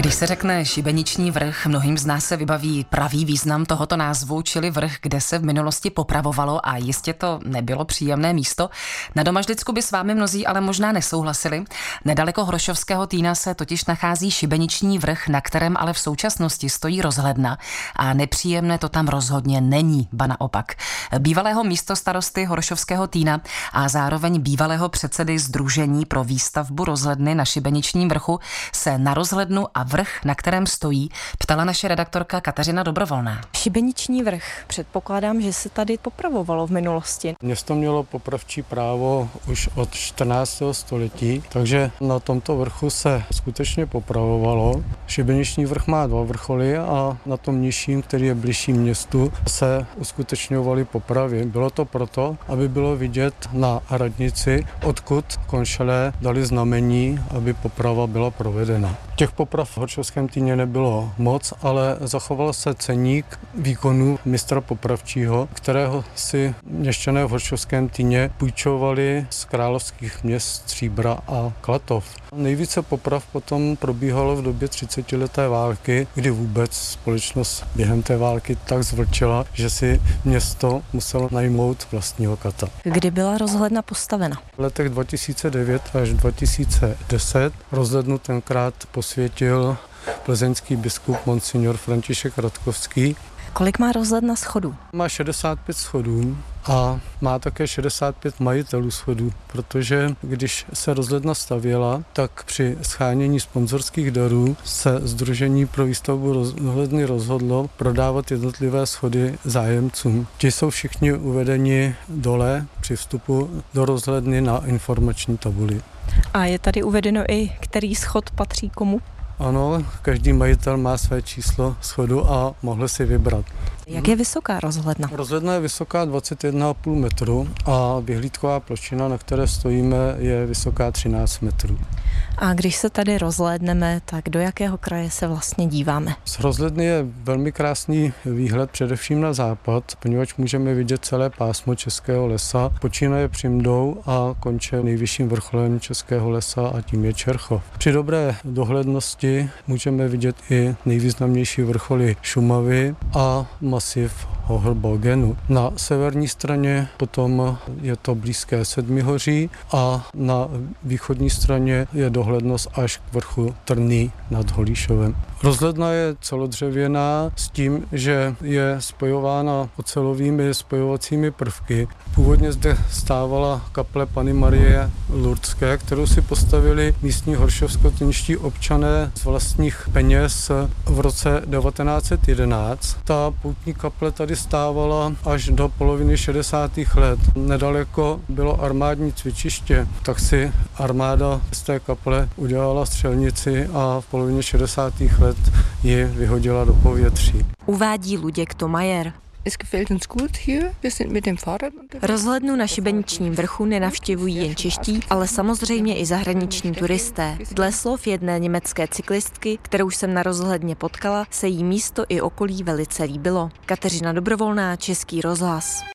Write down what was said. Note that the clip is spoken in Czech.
Když se řekne Šibeniční vrch, mnohým z nás se vybaví pravý význam tohoto názvu, čili vrch, kde se v minulosti popravovalo a jistě to nebylo příjemné místo. Na Domažlicku by s vámi mnozí ale možná nesouhlasili. Nedaleko Hrošovského Týna se totiž nachází Šibeniční vrch, na kterém ale v současnosti stojí rozhledna a nepříjemné to tam rozhodně není, ba naopak. Bývalého místostarosty Hrošovského Týna a zároveň bývalého předsedy Sdružení pro výstavbu rozhledny na Šibeničním vrchu se na rozhlednu a vrch, na kterém stojí, ptala naše redaktorka Kateřina Dobrovolná. Šibeniční vrch. Předpokládám, že se tady popravovalo v minulosti. Město mělo popravčí právo už od 14. století, takže na tomto vrchu se skutečně popravovalo. Šibeniční vrch má 2 vrcholy a na tom nižším, který je bližší městu, se uskutečňovaly popravy. Bylo to proto, aby bylo vidět na radnici, odkud konšelé dali znamení, aby poprava byla provedena. Těch poprav v Hrošovském Týně nebylo moc, ale zachoval se ceník výkonů mistra popravčího, kterého si měšťané v Hrošovském Týně půjčovali z královských měst Stříbra a Klatov. Nejvíce poprav potom probíhalo v době 30leté války, kdy vůbec společnost během té války tak zvlčela, že si město muselo najmout vlastního kata. Kdy byla rozhledna postavena? V letech 2009 až 2010 rozhlednu tenkrát posvětil plzeňský biskup monsignor František Radkovský. Kolik má rozhledna schodů? Má 65 schodů a má také 65 majitelů schodů, protože když se rozhledna stavěla, tak při shánění sponzorských darů se Sdružení pro výstavbu rozhledny rozhodlo prodávat jednotlivé schody zájemcům. Ti jsou všichni uvedeni dole při vstupu do rozhledny na informační tabuli. A je tady uvedeno i, který schod patří komu? Ano, každý majitel má své číslo schodu a mohl si vybrat. Jak je vysoká rozhledna? Rozhledna je vysoká 21,5 metru a vyhlídková plošina, na které stojíme, je vysoká 13 metrů. A když se tady rozhlédneme, tak do jakého kraje se vlastně díváme? Z rozhledny je velmi krásný výhled především na západ, poněvadž můžeme vidět celé pásmo Českého lesa. Počínaje Přimdou a konče nejvyšším vrcholem Českého lesa a tím je Čerchov. Při dobré dohlednosti můžeme vidět i nejvýznamnější vrcholy Šumavy a masiv Hoher Bolgenu. Na severní straně potom je to blízké Sedmihoří a na východní straně je dohlednost až k vrchu Trny nad Holíšovem. Rozhledna je celodřevěná s tím, že je spojována ocelovými spojovacími prvky. Původně zde stávala kaple Panny Marie Lurdské, kterou si postavili místní horšovsko-týnští občané z vlastních peněz v roce 1911. Ta poutní kaple tady stávala až do poloviny 60. let. Nedaleko bylo armádní cvičiště, tak si armáda z té kaple udělala střelnici a v polovině 60. let ji vyhodila do povětří. Uvádí Luděk Tomajer. Rozhlednu na Šibeničním vrchu nenavštěvují jen čeští, ale samozřejmě i zahraniční turisté. Dle slov jedné německé cyklistky, kterou jsem na rozhledně potkala, se jí místo i okolí velice líbilo. Kateřina Dobrovolná, Český rozhlas.